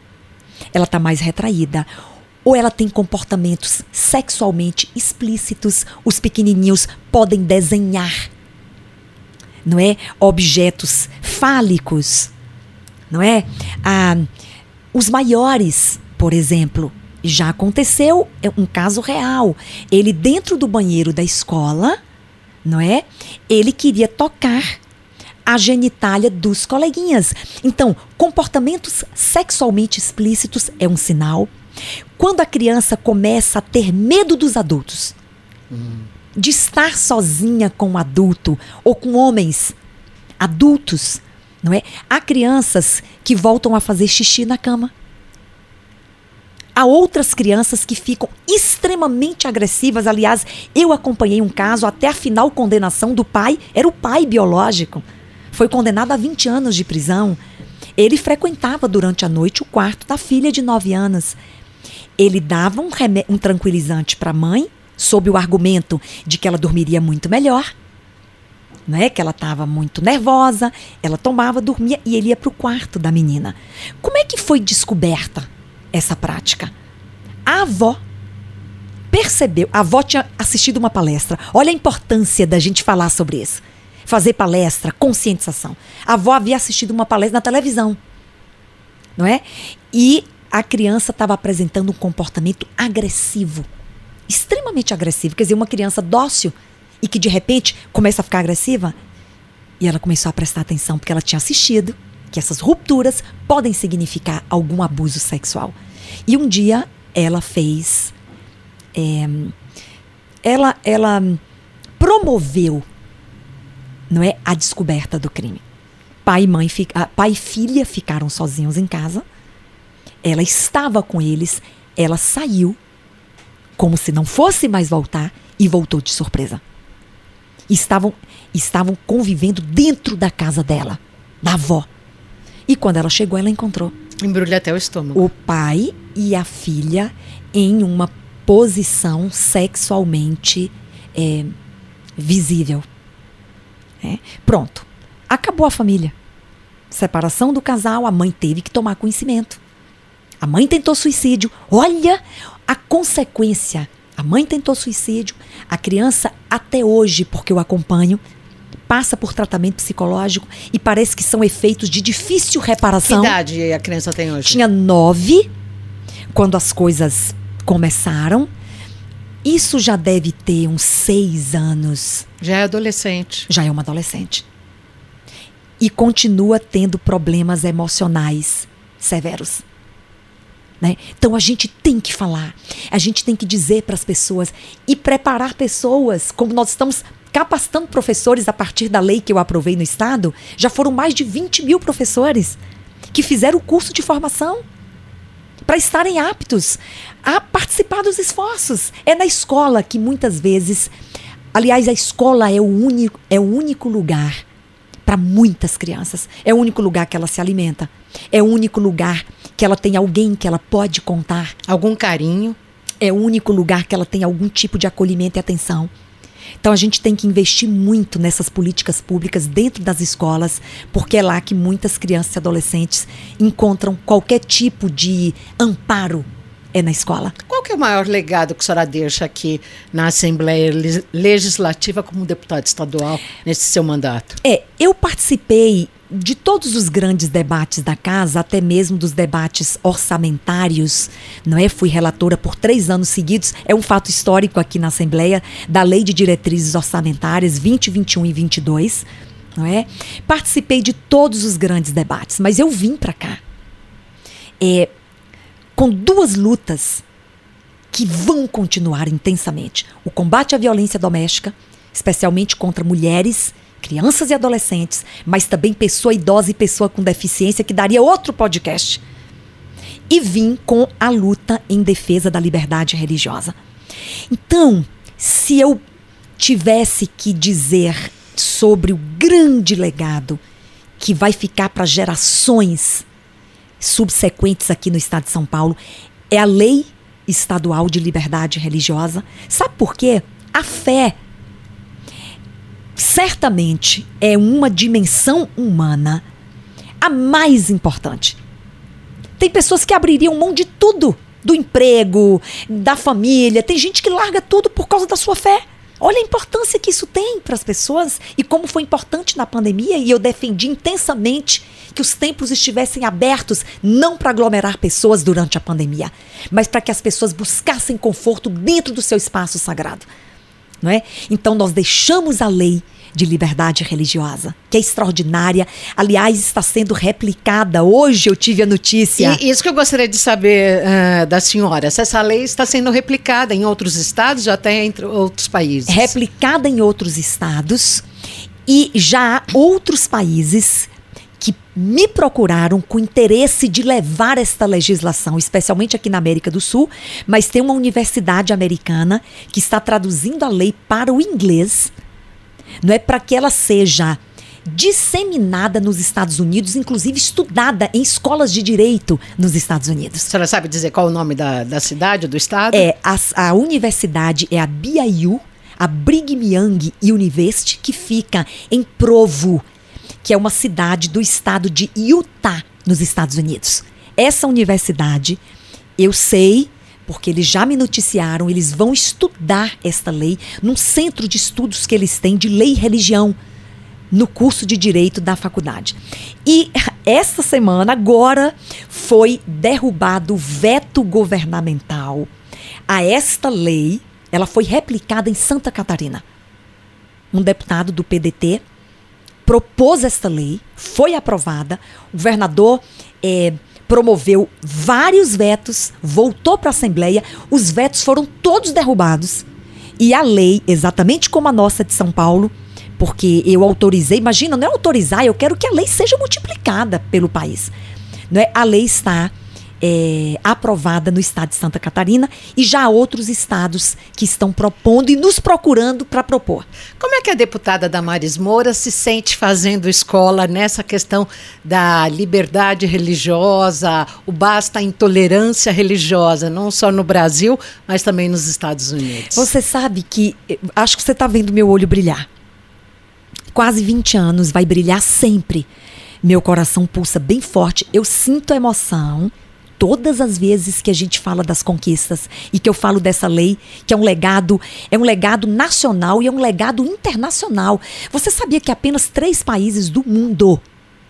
Ela está mais retraída, ou ela tem comportamentos sexualmente explícitos. Os pequenininhos podem desenhar, não é? Objetos fálicos, não é? Ah, os maiores, por exemplo, já aconteceu um caso real. Ele dentro do banheiro da escola, não é? Ele queria tocar a genitália dos coleguinhas. Então, comportamentos sexualmente explícitos é um sinal. Quando a criança começa a ter medo dos adultos, hum. de estar sozinha com um adulto ou com homens adultos, não é? Há crianças que voltam a fazer xixi na cama. Há outras crianças que ficam extremamente agressivas. Aliás, eu acompanhei um caso, até a final condenação do pai, era o pai biológico. Foi condenado a vinte anos de prisão. Ele frequentava durante a noite o quarto da filha de nove anos. Ele dava um, remé- um tranquilizante para a mãe, sob o argumento de que ela dormiria muito melhor, né? Que ela estava muito nervosa, ela tomava, dormia e ele ia para o quarto da menina. Como é que foi descoberta essa prática? A avó percebeu, a avó tinha assistido uma palestra. Olha a importância da gente falar sobre isso. Fazer palestra, conscientização. A avó havia assistido uma palestra na televisão, não é? E a criança estava apresentando um comportamento agressivo, extremamente agressivo. Quer dizer, uma criança dócil e que de repente começa a ficar agressiva. E ela começou a prestar atenção porque ela tinha assistido que essas rupturas podem significar algum abuso sexual. E um dia ela fez, é, ela, ela promoveu, não é, a descoberta do crime. Pai e mãe, pai e filha ficaram sozinhos em casa. Ela estava com eles, ela saiu, como se não fosse mais voltar, e voltou de surpresa. Estavam, estavam convivendo dentro da casa dela, da avó. E quando ela chegou, ela encontrou embrulha até o estômago. O pai e a filha em uma posição sexualmente é, visível. É. Pronto. Acabou a família. Separação do casal, a mãe teve que tomar conhecimento. A mãe tentou suicídio. Olha a consequência. A mãe tentou suicídio. A criança, até hoje, porque eu acompanho, passa por tratamento psicológico e parece que são efeitos de difícil reparação. Que idade a criança tem hoje? Tinha nove, quando as coisas começaram. Isso já deve ter uns seis anos. Já é adolescente. Já é uma adolescente. E continua tendo problemas emocionais severos. Né? Então a gente tem que falar, a gente tem que dizer para as pessoas e preparar pessoas, como nós estamos capacitando professores a partir da lei que eu aprovei no estado. Já foram mais de vinte mil professores que fizeram o curso de formação para estarem aptos a participar dos esforços. É na escola que muitas vezes, aliás, a escola é o único, é o único lugar para muitas crianças. É o único lugar que ela se alimenta. É o único lugar que ela tem alguém que ela pode contar. Algum carinho. É o único lugar que ela tem algum tipo de acolhimento e atenção. Então a gente tem que investir muito nessas políticas públicas dentro das escolas, porque é lá que muitas crianças e adolescentes encontram qualquer tipo de amparo, é na escola. Qual que é o maior legado que a senhora deixa aqui na Assembleia Legislativa como deputada estadual nesse seu mandato? É, eu participei de todos os grandes debates da casa, até mesmo dos debates orçamentários, não é? Fui relatora por três anos seguidos, é um fato histórico aqui na Assembleia, da Lei de Diretrizes Orçamentárias vinte, vinte e um e vinte e dois, não é? Participei de todos os grandes debates, mas eu vim para cá é, com duas lutas que vão continuar intensamente. O combate à violência doméstica, especialmente contra mulheres, crianças e adolescentes, mas também pessoa idosa e pessoa com deficiência, que daria outro podcast. E vim com a luta em defesa da liberdade religiosa. Então, se eu tivesse que dizer sobre o grande legado que vai ficar para gerações subsequentes aqui no estado de São Paulo, é a Lei Estadual de Liberdade Religiosa. Sabe por quê? A fé certamente é uma dimensão humana a mais importante. Tem pessoas que abririam mão de tudo, do emprego, da família. Tem gente que larga tudo por causa da sua fé. Olha a importância que isso tem para as pessoas e como foi importante na pandemia. E eu defendi intensamente que os templos estivessem abertos, não para aglomerar pessoas durante a pandemia, mas para que as pessoas buscassem conforto dentro do seu espaço sagrado. Não é? Então nós deixamos a lei de liberdade religiosa, que é extraordinária. Aliás, está sendo replicada. Hoje eu tive a notícia. E isso que eu gostaria de saber uh, da senhora. Se essa lei está sendo replicada em outros estados, já até entre outros países. Replicada em outros estados. E já há outros países que me procuraram com interesse de levar esta legislação, especialmente aqui na América do Sul, mas tem uma universidade americana que está traduzindo a lei para o inglês, não é, para que ela seja disseminada nos Estados Unidos, inclusive estudada em escolas de direito nos Estados Unidos. A senhora sabe dizer qual é o nome da, da cidade, do estado? É, a, a universidade é a B I U, a Brigham Young University, que fica em Provo, que é uma cidade do estado de Utah, nos Estados Unidos. Essa universidade, eu sei, porque eles já me noticiaram, eles vão estudar esta lei num centro de estudos que eles têm de lei e religião, no curso de Direito da faculdade. E essa semana, agora, foi derrubado o veto governamental a esta lei. Ela foi replicada em Santa Catarina. Um deputado do P D T propôs esta lei, foi aprovada, o governador é, promoveu vários vetos, voltou para a Assembleia, os vetos foram todos derrubados e a lei, exatamente como a nossa de São Paulo, porque eu autorizei, imagina, não é autorizar, eu quero que a lei seja multiplicada pelo país. Não é? A lei está é, aprovada no estado de Santa Catarina e já há outros estados que estão propondo e nos procurando para propor. Como é que a deputada Damares Moura se sente fazendo escola nessa questão da liberdade religiosa, o basta a intolerância religiosa, não só no Brasil, mas também nos Estados Unidos? Você sabe que, acho que você está vendo meu olho brilhar. Quase vinte anos, vai brilhar sempre. Meu coração pulsa bem forte, eu sinto emoção todas as vezes que a gente fala das conquistas e que eu falo dessa lei, que é um legado, é um legado nacional e é um legado internacional. Você sabia que apenas três países do mundo,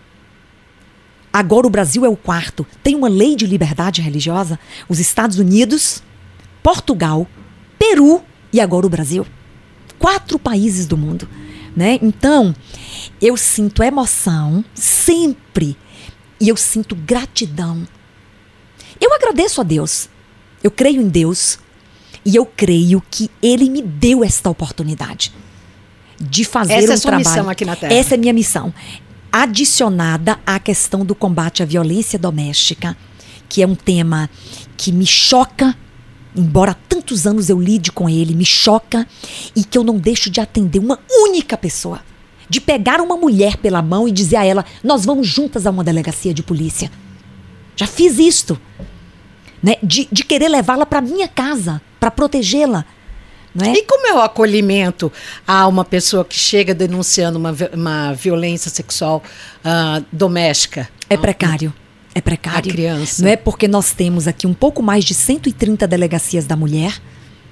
agora o Brasil é o quarto, tem uma lei de liberdade religiosa? Os Estados Unidos, Portugal, Peru e agora o Brasil. Quatro países do mundo, né? Então, eu sinto emoção sempre e eu sinto gratidão. Eu agradeço a Deus. Eu creio em Deus. E eu creio que Ele me deu esta oportunidade de fazer Essa um é a sua trabalho. missão aqui na Terra. Essa é a minha missão. Adicionada à questão do combate à violência doméstica, que é um tema que me choca, embora há tantos anos eu lide com ele, me choca, e que eu não deixo de atender uma única pessoa. De pegar uma mulher pela mão e dizer a ela, nós vamos juntas a uma delegacia de polícia. Já fiz isto. Né? De, de querer levá-la para minha casa, para protegê-la. Não é? E como é o acolhimento a uma pessoa que chega denunciando uma, uma violência sexual uh, doméstica? É precário. É precário. A criança. Não é porque nós temos aqui um pouco mais de cento e trinta delegacias da mulher,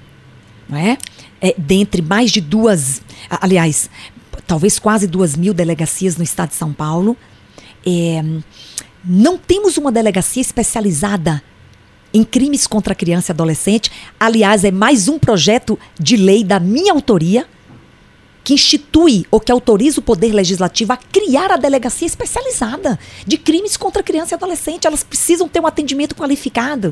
não é? É, dentre mais de duas, aliás, talvez quase duas mil delegacias no estado de São Paulo. É, não temos uma delegacia especializada em crimes contra a criança e adolescente. Aliás, é mais um projeto de lei da minha autoria que institui ou que autoriza o Poder Legislativo a criar a delegacia especializada de crimes contra a criança e adolescente. Elas precisam ter um atendimento qualificado.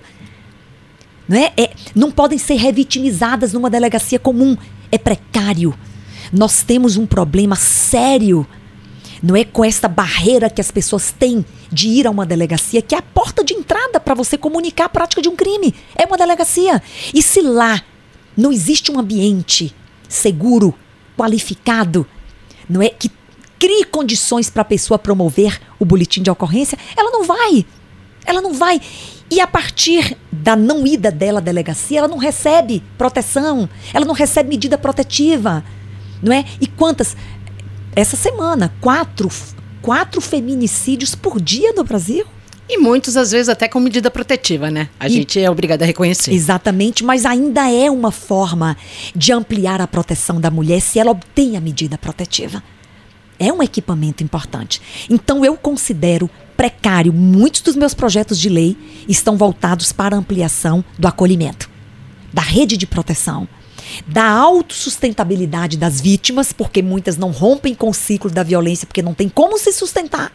Não é? É, não podem ser revitimizadas numa delegacia comum. É precário. Nós temos um problema sério, não é, com esta barreira que as pessoas têm de ir a uma delegacia, que é a porta de entrada para você comunicar a prática de um crime. É uma delegacia. E se lá não existe um ambiente seguro, qualificado, não é, que crie condições para a pessoa promover o boletim de ocorrência, ela não vai. Ela não vai. E a partir da não ida dela à delegacia, ela não recebe proteção, ela não recebe medida protetiva, não é? E quantas... Essa semana, quatro, quatro feminicídios por dia no Brasil. E muitos, às vezes, até com medida protetiva, né? A e, gente é obrigada a reconhecer. Exatamente, mas ainda é uma forma de ampliar a proteção da mulher se ela obtém a medida protetiva. É um equipamento importante. Então, eu considero precário. Muitos dos meus projetos de lei estão voltados para a ampliação do acolhimento, da rede de proteção, da autossustentabilidade das vítimas, porque muitas não rompem com o ciclo da violência porque não tem como se sustentar.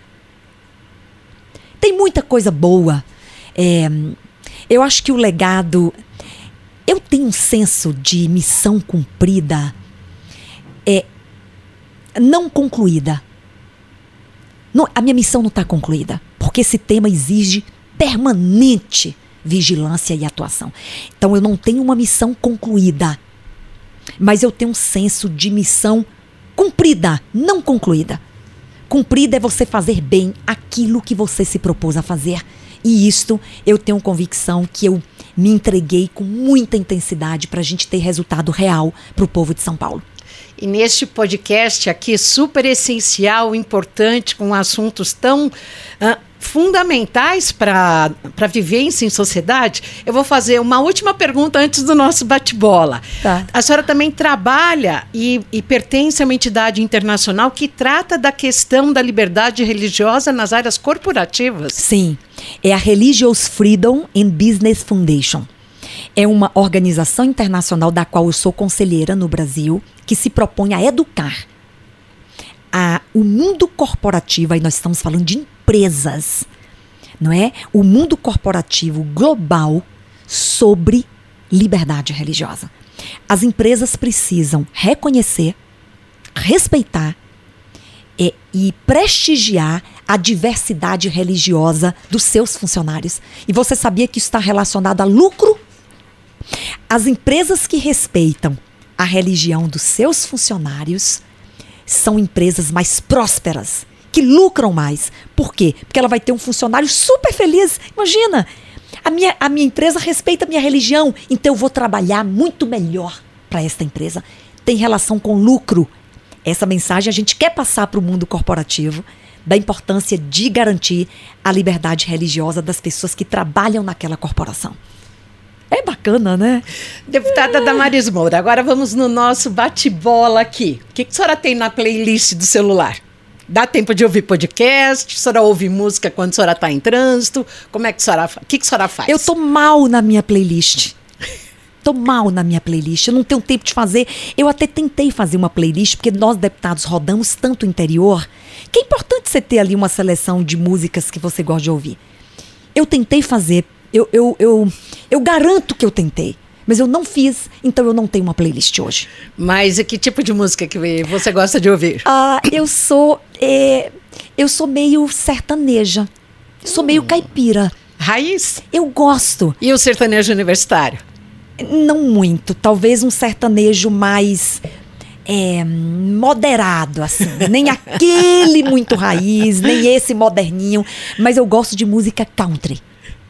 Tem muita coisa boa. É, eu acho que o legado... Eu tenho um senso de missão cumprida, é, não concluída. Não, a minha missão não está concluída, porque esse tema exige permanente vigilância e atuação. Então eu não tenho uma missão concluída, mas eu tenho um senso de missão cumprida, não concluída. Cumprida é você fazer bem aquilo que você se propôs a fazer. E isto eu tenho convicção que eu me entreguei com muita intensidade para a gente ter resultado real para o povo de São Paulo. E neste podcast aqui, super essencial, importante, com assuntos tão uh, fundamentais para a vivência em sociedade, eu vou fazer uma última pergunta antes do nosso bate-bola. Tá. A senhora também trabalha e, e pertence a uma entidade internacional que trata da questão da liberdade religiosa nas áreas corporativas? Sim, é a Religious Freedom and Business Foundation. É uma organização internacional da qual eu sou conselheira no Brasil, que se propõe a educar a, o mundo corporativo, aí nós estamos falando de empresas, não é? O mundo corporativo global sobre liberdade religiosa. As empresas precisam reconhecer, respeitar é, e prestigiar a diversidade religiosa dos seus funcionários. E você sabia que isso está relacionado a lucro? As empresas que respeitam a religião dos seus funcionários são empresas mais prósperas, que lucram mais. Por quê? Porque ela vai ter um funcionário super feliz. Imagina, a minha, a minha empresa respeita a minha religião, então eu vou trabalhar muito melhor para esta empresa. Tem relação com lucro. Essa mensagem a gente quer passar para o mundo corporativo, da importância de garantir a liberdade religiosa das pessoas que trabalham naquela corporação. É bacana, né? Deputada é. Damaris Moura, agora vamos no nosso bate-bola aqui. O que, que a senhora tem na playlist do celular? Dá tempo de ouvir podcast? A senhora ouve música quando a senhora está em trânsito? Como é que a senhora, o que, que a senhora faz? Eu tô mal na minha playlist. Tô mal na minha playlist. Eu não tenho tempo de fazer. Eu até tentei fazer uma playlist, porque nós, deputados, rodamos tanto o interior, que é importante você ter ali uma seleção de músicas que você gosta de ouvir. Eu tentei fazer Eu, eu, eu, eu garanto que eu tentei. Mas eu não fiz, então eu não tenho uma playlist hoje. Mas e que tipo de música que você gosta de ouvir? Ah, eu sou... É, eu sou meio sertaneja. Sou hum. meio caipira. Raiz? Eu gosto. E o sertanejo universitário? Não muito. Talvez um sertanejo mais... É, moderado, assim. Nem aquele muito raiz, nem esse moderninho. Mas eu gosto de música country.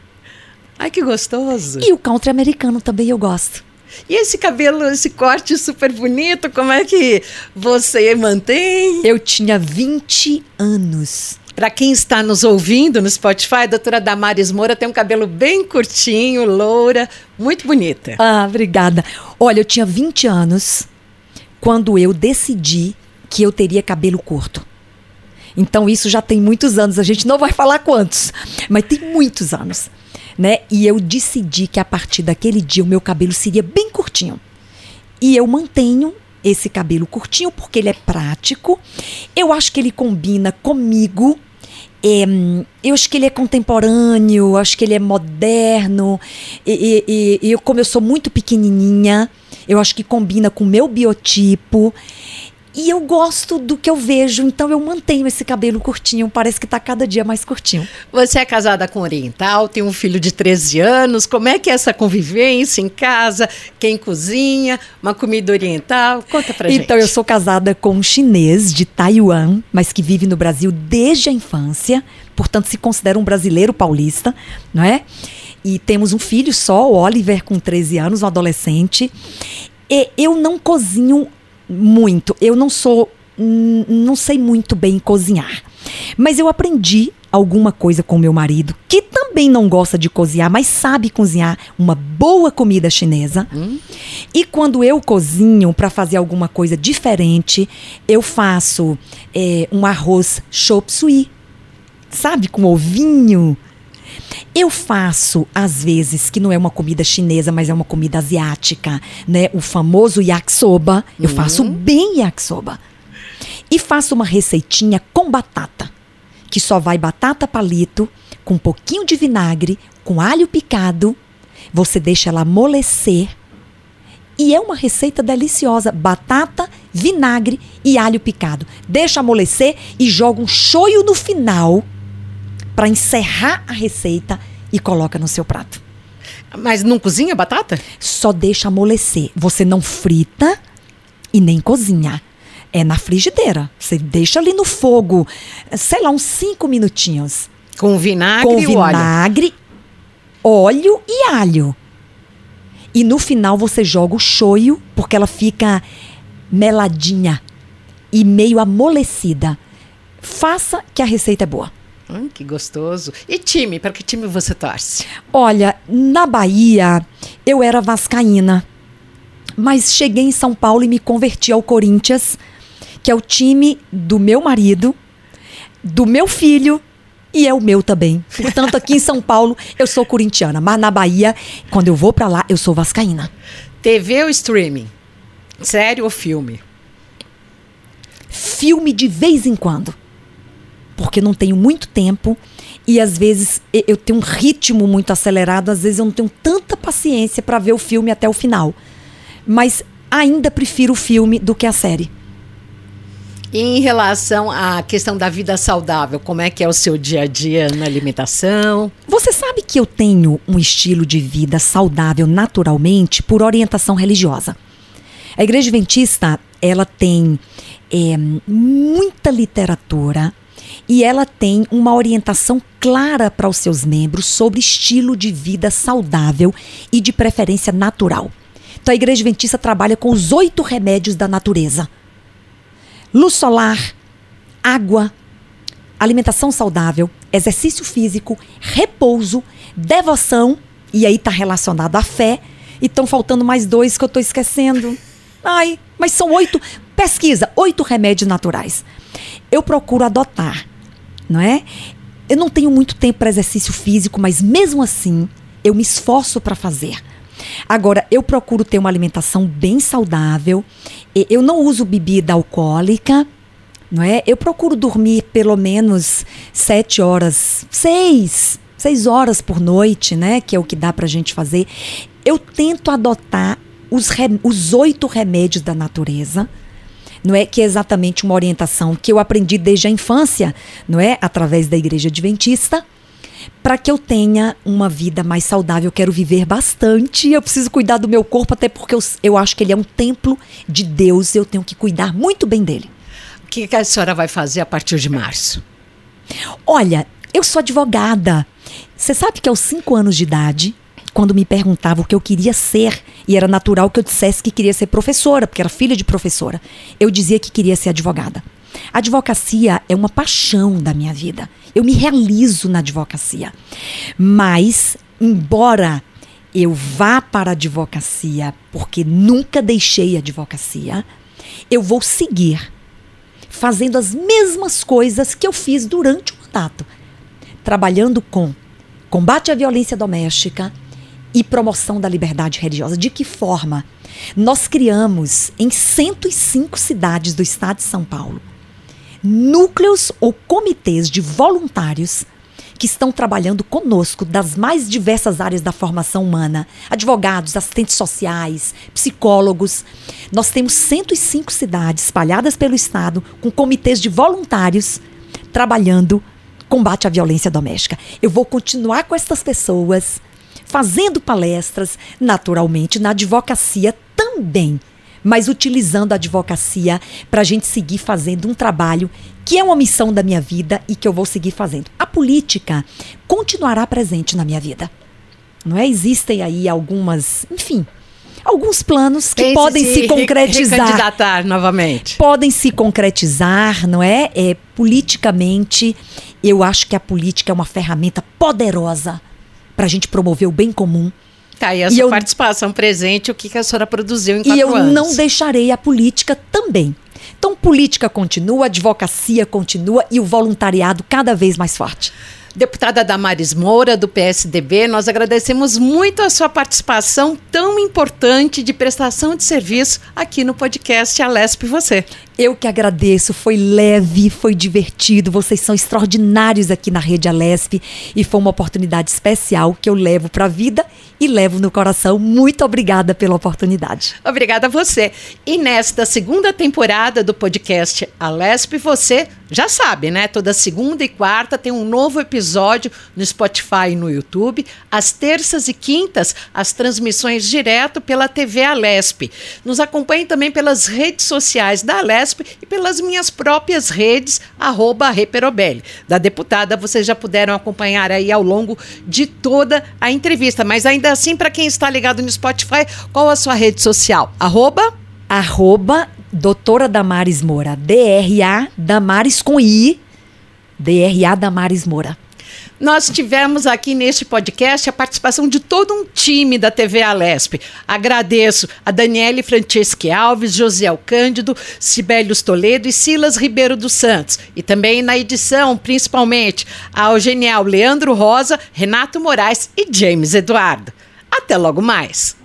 Ai, que gostoso. E o country americano também eu gosto. E esse cabelo, esse corte super bonito, como é que você mantém? Eu tinha vinte anos. Para quem está nos ouvindo no Spotify, a doutora Damares Moura tem um cabelo bem curtinho, loura, muito bonita. Ah, obrigada. Olha, eu tinha vinte anos quando eu decidi que eu teria cabelo curto. Então isso já tem muitos anos, a gente não vai falar quantos, mas tem muitos anos. Né? E eu decidi que a partir daquele dia o meu cabelo seria bem curtinho. E eu mantenho esse cabelo curtinho porque ele é prático. Eu acho que ele combina comigo. É, eu acho que ele é contemporâneo, acho que ele é moderno. E, e, e eu, como eu sou muito pequenininha, eu acho que combina com o meu biotipo. E eu gosto do que eu vejo, então eu mantenho esse cabelo curtinho, parece que está cada dia mais curtinho. Você é casada com oriental, tem um filho de treze anos, como é que é essa convivência em casa? Quem cozinha? Uma comida oriental? Conta pra gente. Então, eu sou casada com um chinês de Taiwan, mas que vive no Brasil desde a infância, portanto se considera um brasileiro paulista, não é? E temos um filho só, o Oliver, com treze anos, um adolescente. E eu não cozinho muito. Eu não sou, não sei muito bem cozinhar. Mas eu aprendi alguma coisa com meu marido, que também não gosta de cozinhar, mas sabe cozinhar uma boa comida chinesa. Hum. E quando eu cozinho para fazer alguma coisa diferente, eu faço é, um arroz chop suey, sabe, com ovinho. Eu faço, às vezes, que não é uma comida chinesa, mas é uma comida asiática, né? O famoso yakisoba. Eu uhum. faço bem yakisoba. E faço uma receitinha com batata, que só vai batata palito, com um pouquinho de vinagre, com alho picado. Você deixa ela amolecer. E é uma receita deliciosa. Batata, vinagre e alho picado. Deixa amolecer e joga um shoyu no final, para encerrar a receita e coloca no seu prato. Mas não cozinha batata? Só deixa amolecer. Você não frita e nem cozinha. É na frigideira. Você deixa ali no fogo, sei lá, uns cinco minutinhos. Com vinagre Com e vinagre, óleo. óleo e alho. E no final você joga o shoyu, porque ela fica meladinha e meio amolecida. Faça que a receita é boa. Hum, que gostoso. E time? Para que time você torce? Olha, na Bahia eu era vascaína, mas cheguei em São Paulo e me converti ao Corinthians, que é o time do meu marido, do meu filho e é o meu também. Portanto, aqui em São Paulo eu sou corintiana, mas na Bahia, quando eu vou para lá, eu sou vascaína. T V ou streaming? Série ou filme? Filme de vez em quando. Porque não tenho muito tempo e às vezes eu tenho um ritmo muito acelerado, às vezes eu não tenho tanta paciência para ver o filme até o final. Mas ainda prefiro o filme do que a série. E em relação à questão da vida saudável, como é que é o seu dia a dia na alimentação? Você sabe que eu tenho um estilo de vida saudável naturalmente por orientação religiosa. A Igreja Adventista, ela tem é, muita literatura e ela tem uma orientação clara para os seus membros sobre estilo de vida saudável e de preferência natural. Então a Igreja Adventista trabalha com os oito remédios da natureza. Luz solar, água, alimentação saudável, exercício físico, repouso, devoção, e aí está relacionado à fé, e estão faltando mais dois que eu estou esquecendo. Ai, mas são oito, pesquisa, oito remédios naturais. Eu procuro adotar, não é? Eu não tenho muito tempo para exercício físico, mas mesmo assim, eu me esforço para fazer. Agora, eu procuro ter uma alimentação bem saudável, eu não uso bebida alcoólica, não é? Eu procuro dormir pelo menos sete horas, seis, seis horas por noite, né? Que é o que dá pra gente fazer. Eu tento adotar os, rem- os oito remédios da natureza, não é? Que é exatamente uma orientação que eu aprendi desde a infância, não é? Através da Igreja Adventista, para que eu tenha uma vida mais saudável. Eu quero viver bastante, eu preciso cuidar do meu corpo, até porque eu, eu acho que ele é um templo de Deus, eu tenho que cuidar muito bem dele. O que, que a senhora vai fazer a partir de março? Olha, eu sou advogada. Você sabe que aos cinco anos de idade, quando me perguntavam o que eu queria ser, e era natural que eu dissesse que queria ser professora, porque era filha de professora, eu dizia que queria ser advogada. A advocacia é uma paixão da minha vida. Eu me realizo na advocacia. Mas, embora eu vá para a advocacia, porque nunca deixei a advocacia, eu vou seguir fazendo as mesmas coisas que eu fiz durante o mandato. Trabalhando com combate à violência doméstica e promoção da liberdade religiosa. De que forma? Nós criamos em cento e cinco cidades do estado de São Paulo núcleos ou comitês de voluntários que estão trabalhando conosco das mais diversas áreas da formação humana, advogados, assistentes sociais, psicólogos. Nós temos cento e cinco cidades espalhadas pelo estado com comitês de voluntários trabalhando combate à violência doméstica. Eu vou continuar com essas pessoas fazendo palestras, naturalmente, na advocacia também, mas utilizando a advocacia para a gente seguir fazendo um trabalho que é uma missão da minha vida e que eu vou seguir fazendo. A política continuará presente na minha vida. Não é? Existem aí algumas, enfim, alguns planos que Pense podem se, se concretizar. Recandidatar novamente. Podem se concretizar, não é? É? Politicamente, eu acho que a política é uma ferramenta poderosa para a gente promover o bem comum. Tá, e a E sua eu- participação presente, o que, que a senhora produziu em quatro E eu anos? não deixarei a política também. Então, política continua, advocacia continua e o voluntariado cada vez mais forte. Deputada Damares Moura, do P S D B, nós agradecemos muito a sua participação tão importante de prestação de serviço aqui no podcast Alesp Você. Eu que agradeço, foi leve, foi divertido, vocês são extraordinários aqui na Rede Alesp e foi uma oportunidade especial que eu levo para a vida e levo no coração. Muito obrigada pela oportunidade. Obrigada a você. E nesta segunda temporada do podcast Alesp Você, já sabe, né? Toda segunda e quarta tem um novo episódio no Spotify e no YouTube. Às terças e quintas, as transmissões direto pela T V Alesp. Nos acompanhe também pelas redes sociais da Alesp e pelas minhas próprias redes, arroba Reperobelli. Da deputada, vocês já puderam acompanhar aí ao longo de toda a entrevista. Mas ainda assim, para quem está ligado no Spotify, qual a sua rede social? Arroba? Arroba doutora Damares Moura, D R A Damares com I, D R A Damares Moura. Nós tivemos aqui neste podcast a participação de todo um time da T V Alesp. Agradeço a Daniele Franceschi Alves, Josiel Cândido, Sibelius Toledo e Silas Ribeiro dos Santos. E também na edição, principalmente, ao genial Leandro Rosa, Renato Moraes e James Eduardo. Até logo mais!